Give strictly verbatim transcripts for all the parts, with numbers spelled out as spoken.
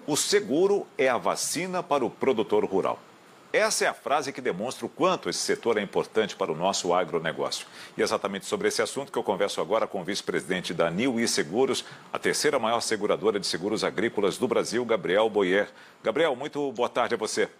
O seguro é a vacina para o produtor rural. Essa é a frase que demonstra o quanto esse setor é importante para o nosso agronegócio. E é exatamente sobre esse assunto que eu converso agora com o vice-presidente da New E Seguros, a terceira maior seguradora de seguros agrícolas do Brasil, Gabriel Boyer. Gabriel, muito boa tarde a você.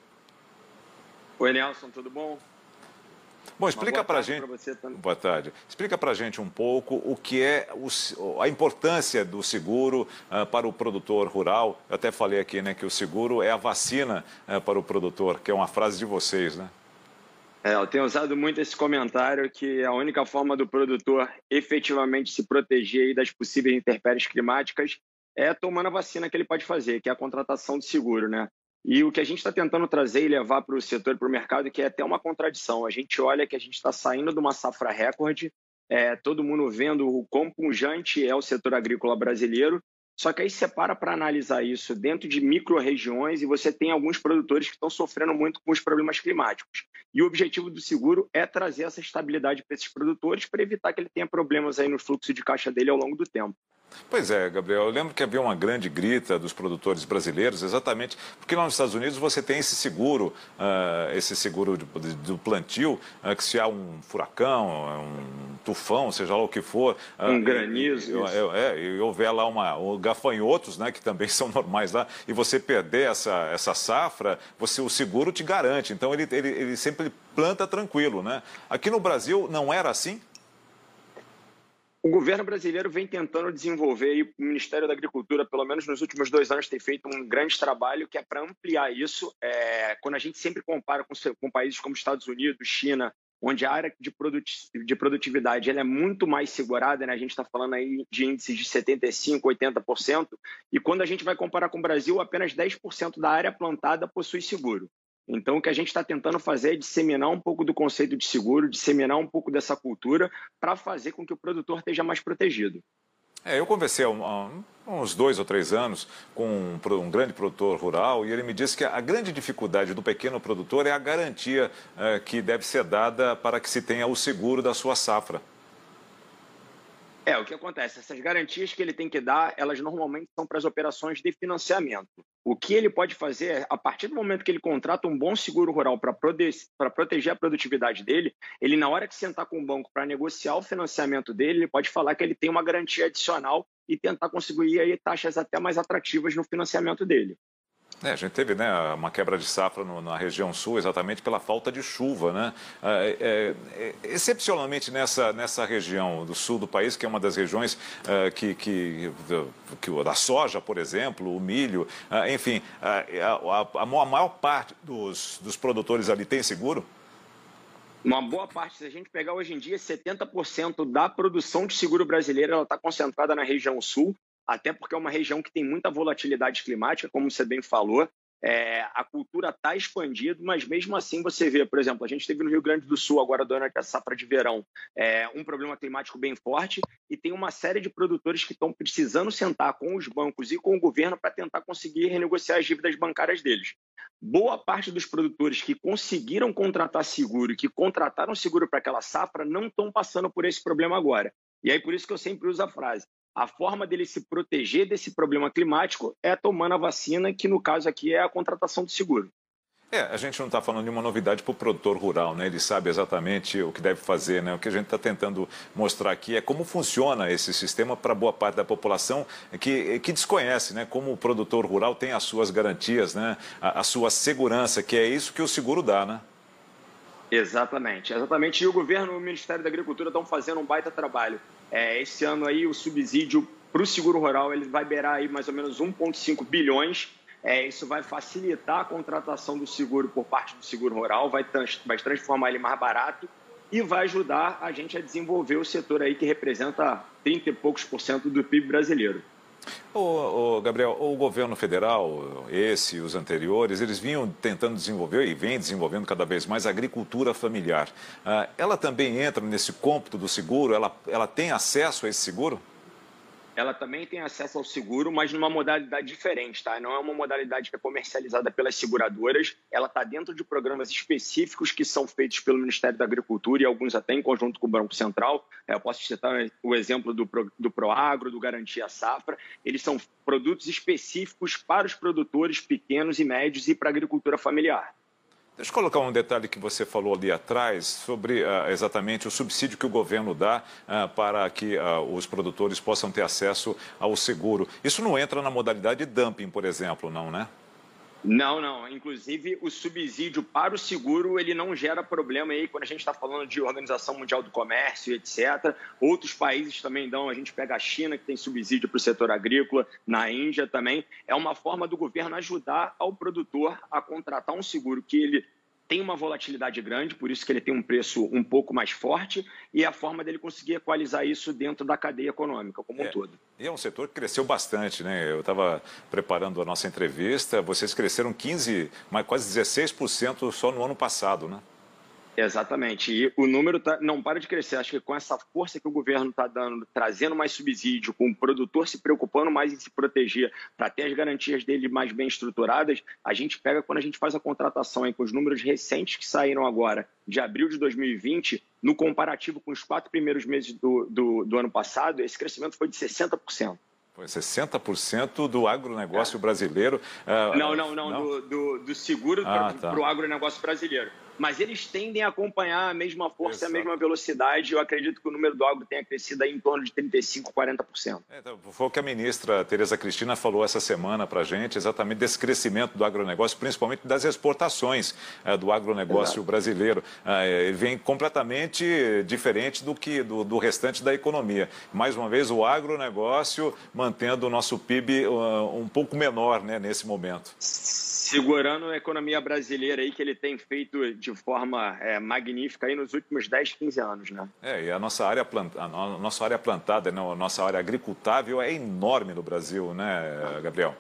Oi, Nelson, tudo bom? Bom, explica para a gente. Boa tarde. Explica para a gente um pouco o que é o, a importância do seguro uh, para o produtor rural. Eu até falei aqui, né, que o seguro é a vacina uh, para o produtor, que é uma frase de vocês, né? É, eu tenho usado muito esse comentário que a única forma do produtor efetivamente se proteger aí das possíveis intempéries climáticas é tomando a vacina que ele pode fazer, que é a contratação de seguro, né? E o que a gente está tentando trazer e levar para o setor e para o mercado, que é até uma contradição. A gente olha que a gente está saindo de uma safra recorde, é, todo mundo vendo o quão pujante é o setor agrícola brasileiro, só que aí você para para analisar isso dentro de micro-regiões e você tem alguns produtores que estão sofrendo muito com os problemas climáticos. E o objetivo do seguro é trazer essa estabilidade para esses produtores para evitar que ele tenha problemas aí no fluxo de caixa dele ao longo do tempo. Pois é, Gabriel, eu lembro que havia uma grande grita dos produtores brasileiros, exatamente porque lá nos Estados Unidos você tem esse seguro, uh, esse seguro do, do plantio, uh, que se há um furacão, um tufão, seja lá o que for... Uh, um granizo. E, é, e houver lá uma, um gafanhotos, né, que também são normais lá, e você perder essa, essa safra, você, o seguro te garante, então ele, ele, ele sempre planta tranquilo, né? Aqui no Brasil não era assim? O governo brasileiro vem tentando desenvolver, e o Ministério da Agricultura, pelo menos nos últimos dois anos, tem feito um grande trabalho que é para ampliar isso. É, quando a gente sempre compara com, com países como Estados Unidos, China, onde a área de, produt, de produtividade ela é muito mais segurada, né? A gente está falando aí de índices de setenta e cinco por cento, oitenta por cento, e quando a gente vai comparar com o Brasil, apenas dez por cento da área plantada possui seguro. Então, o que a gente está tentando fazer é disseminar um pouco do conceito de seguro, disseminar um pouco dessa cultura para fazer com que o produtor esteja mais protegido. É, eu conversei há, um, há uns dois ou três anos com um, um grande produtor rural e ele me disse que a grande dificuldade do pequeno produtor é a garantia é, que deve ser dada para que se tenha o seguro da sua safra. É, o que acontece? Essas garantias que ele tem que dar, elas normalmente são para as operações de financiamento. O que ele pode fazer, a partir do momento que ele contrata um bom seguro rural para proteger a produtividade dele, ele, na hora que sentar com o banco para negociar o financiamento dele, ele pode falar que ele tem uma garantia adicional e tentar conseguir aí taxas até mais atrativas no financiamento dele. É, a gente teve, né, uma quebra de safra no, na região sul exatamente pela falta de chuva, né? É, é, é, excepcionalmente nessa, nessa região do sul do país, que é uma das regiões é, que, que, que da soja, por exemplo, o milho, é, enfim, a, a, a maior parte dos, dos produtores ali tem seguro? Uma boa parte, se a gente pegar hoje em dia, setenta por cento da produção de seguro brasileira está concentrada na região sul, até porque é uma região que tem muita volatilidade climática, como você bem falou. É, a cultura está expandida, mas mesmo assim você vê, por exemplo, a gente teve no Rio Grande do Sul, agora durante a safra de verão, é, um problema climático bem forte e tem uma série de produtores que estão precisando sentar com os bancos e com o governo para tentar conseguir renegociar as dívidas bancárias deles. Boa parte dos produtores que conseguiram contratar seguro e que contrataram seguro para aquela safra não estão passando por esse problema agora. E aí por isso que eu sempre uso a frase: a forma dele se proteger desse problema climático é tomando a vacina, que no caso aqui é a contratação de seguro. É, a gente não está falando de uma novidade para o produtor rural, né? Ele sabe exatamente o que deve fazer, né? O que a gente está tentando mostrar aqui é como funciona esse sistema para boa parte da população que, que desconhece, né? Como o produtor rural tem as suas garantias, né? A, a sua segurança, que é isso que o seguro dá, né? Exatamente, exatamente. E o governo e o Ministério da Agricultura estão fazendo um baita trabalho. É, esse ano aí o subsídio para o seguro rural ele vai beirar aí mais ou menos um vírgula cinco bilhões. É, isso vai facilitar a contratação do seguro por parte do seguro rural, vai, trans, vai transformar ele mais barato e vai ajudar a gente a desenvolver o setor aí que representa trinta e poucos por cento do P I B brasileiro. Ô, ô, Gabriel, o governo federal, esse e os anteriores, eles vinham tentando desenvolver e vem desenvolvendo cada vez mais a agricultura familiar. Ah, ela também entra nesse cômputo do seguro? Ela, ela tem acesso a esse seguro? ela também tem acesso ao seguro, mas numa modalidade diferente, tá? Não é uma modalidade que é comercializada pelas seguradoras, ela está dentro de programas específicos que são feitos pelo Ministério da Agricultura e alguns até em conjunto com o Banco Central. Eu posso citar o exemplo do, Pro, do Proagro, do Garantia Safra. Eles são produtos específicos para os produtores pequenos e médios e para a agricultura familiar. Deixa eu colocar um detalhe que você falou ali atrás sobre uh, exatamente o subsídio que o governo dá uh, para que uh, os produtores possam ter acesso ao seguro. Isso não entra na modalidade de dumping, por exemplo, não, né? Não, não. Inclusive, o subsídio para o seguro, ele não gera problema aí quando a gente está falando de Organização Mundial do Comércio, etcétera. Outros países também dão. A gente pega a China, que tem subsídio para o setor agrícola, na Índia também. É uma forma do governo ajudar ao produtor a contratar um seguro que ele tem uma volatilidade grande, por isso que ele tem um preço um pouco mais forte, e é a forma dele conseguir equalizar isso dentro da cadeia econômica como um é, todo. E é um setor que cresceu bastante, né? Eu estava preparando a nossa entrevista, vocês cresceram quinze, mas quase dezesseis por cento só no ano passado, né? Exatamente. E o número tá, não para de crescer. Acho que com essa força que o governo está dando, trazendo mais subsídio, com o produtor se preocupando mais em se proteger, para ter as garantias dele mais bem estruturadas, a gente pega quando a gente faz a contratação aí, com os números recentes que saíram agora, de abril de dois mil e vinte, no comparativo com os quatro primeiros meses do, do, do ano passado, esse crescimento foi de sessenta por cento. Foi sessenta por cento do agronegócio é. brasileiro. Uh, não, não, não, não, do, do, do seguro ah, para o tá. agronegócio brasileiro. Mas eles tendem a acompanhar a mesma força e a mesma velocidade. Eu acredito que o número do agro tenha crescido aí em torno de trinta e cinco, quarenta por cento. É, então, foi o que a ministra Tereza Cristina falou essa semana para a gente, exatamente desse crescimento do agronegócio, principalmente das exportações é, do agronegócio Exato. brasileiro. É, ele vem completamente diferente do, que, do, do restante da economia. Mais uma vez, o agronegócio mantendo o nosso P I B uh, um pouco menor, né, nesse momento. Segurando a economia brasileira aí, que ele tem feito de forma é, magnífica aí nos últimos dez, quinze anos, né? É, e a nossa área, planta, a nossa área plantada, né, a nossa área agricultável é enorme no Brasil, né, Gabriel?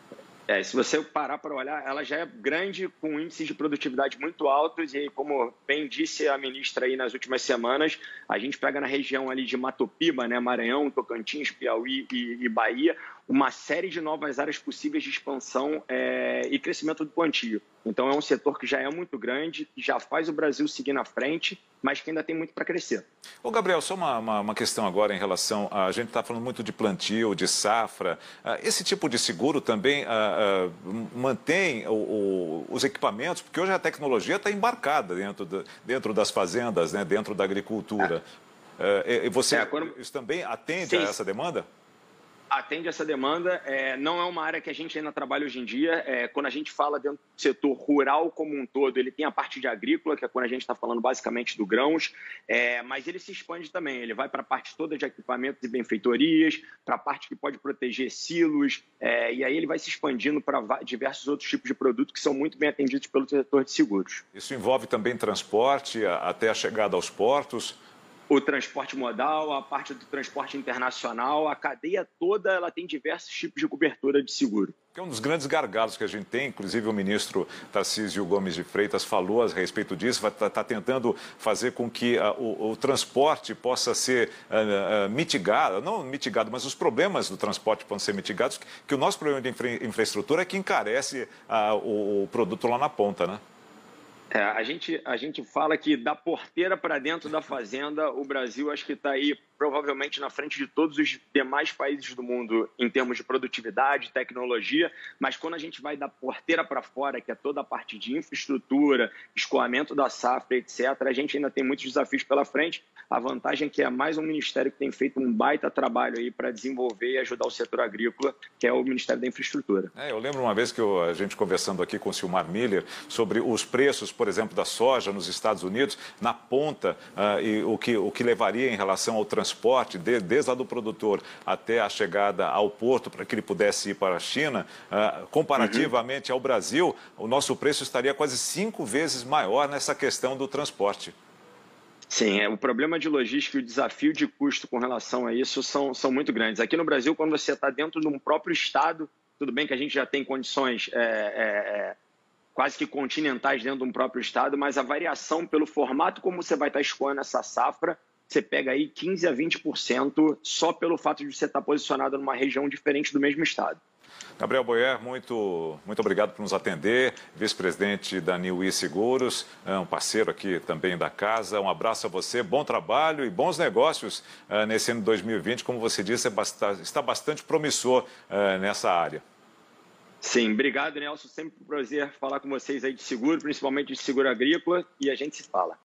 É, se você parar para olhar, ela já é grande, com índices de produtividade muito altos e, como bem disse a ministra aí nas últimas semanas, a gente pega na região ali de Mato Piba, né, Maranhão, Tocantins, Piauí e, e Bahia, uma série de novas áreas possíveis de expansão é, e crescimento do plantio. Então, é um setor que já é muito grande, que já faz o Brasil seguir na frente, mas que ainda tem muito para crescer. Ô, Gabriel, só uma, uma, uma questão agora em relação a... A gente está falando muito de plantio, de safra. Esse tipo de seguro também uh, uh, mantém o, o, os equipamentos, porque hoje a tecnologia está embarcada dentro, de, dentro das fazendas, né, dentro da agricultura. É. Uh, e você, é, quando... isso também atende Sim. a essa demanda? Atende essa demanda, é, não é uma área que a gente ainda trabalha hoje em dia. É, quando a gente fala dentro do setor rural como um todo, ele tem a parte de agrícola, que é quando a gente está falando basicamente do grãos, é, mas ele se expande também. Ele vai para a parte toda de equipamentos e benfeitorias, para a parte que pode proteger silos, é, e aí ele vai se expandindo para diversos outros tipos de produtos que são muito bem atendidos pelo setor de seguros. Isso envolve também transporte até a chegada aos portos? O transporte modal, a parte do transporte internacional, a cadeia toda ela tem diversos tipos de cobertura de seguro. É um dos grandes gargalos que a gente tem, inclusive o ministro Tarcísio Gomes de Freitas falou a respeito disso, vai estar tá, tá tentando fazer com que uh, o, o transporte possa ser uh, uh, mitigado, não mitigado, mas os problemas do transporte possam ser mitigados, que, que o nosso problema de infra, infraestrutura é que encarece uh, o, o produto lá na ponta, né? É, a, gente, a gente fala que da porteira para dentro da fazenda, o Brasil acho que está aí provavelmente na frente de todos os demais países do mundo em termos de produtividade, tecnologia, mas quando a gente vai da porteira para fora, que é toda a parte de infraestrutura, escoamento da safra, etcétera, a gente ainda tem muitos desafios pela frente. A vantagem é que é mais um ministério que tem feito um baita trabalho aí para desenvolver e ajudar o setor agrícola, que é o Ministério da Infraestrutura. É, eu lembro uma vez que eu, a gente conversando aqui com o Silmar Miller sobre os preços, por exemplo, da soja nos Estados Unidos, na ponta, uh, e o que, o que levaria em relação ao transporte, de, desde lá do produtor até a chegada ao porto, para que ele pudesse ir para a China, uh, comparativamente uhum. ao Brasil, o nosso preço estaria quase cinco vezes maior nessa questão do transporte. Sim, é, o problema de logística e o desafio de custo com relação a isso são, são muito grandes. Aqui no Brasil, quando você está dentro de um próprio estado, tudo bem que a gente já tem condições é, é, quase que continentais dentro de um próprio estado, mas a variação pelo formato como você vai estar escoando essa safra você pega aí quinze a vinte por cento só pelo fato de você estar posicionado numa região diferente do mesmo estado. Gabriel Boyer, muito, muito obrigado por nos atender, vice-presidente da New E Seguros, um parceiro aqui também da casa. Um abraço a você, bom trabalho e bons negócios uh, nesse ano de dois mil e vinte. Como você disse, é bastante, está bastante promissor uh, nessa área. Sim, obrigado, Nelson. Sempre um prazer falar com vocês aí de seguro, principalmente de seguro agrícola, e a gente se fala.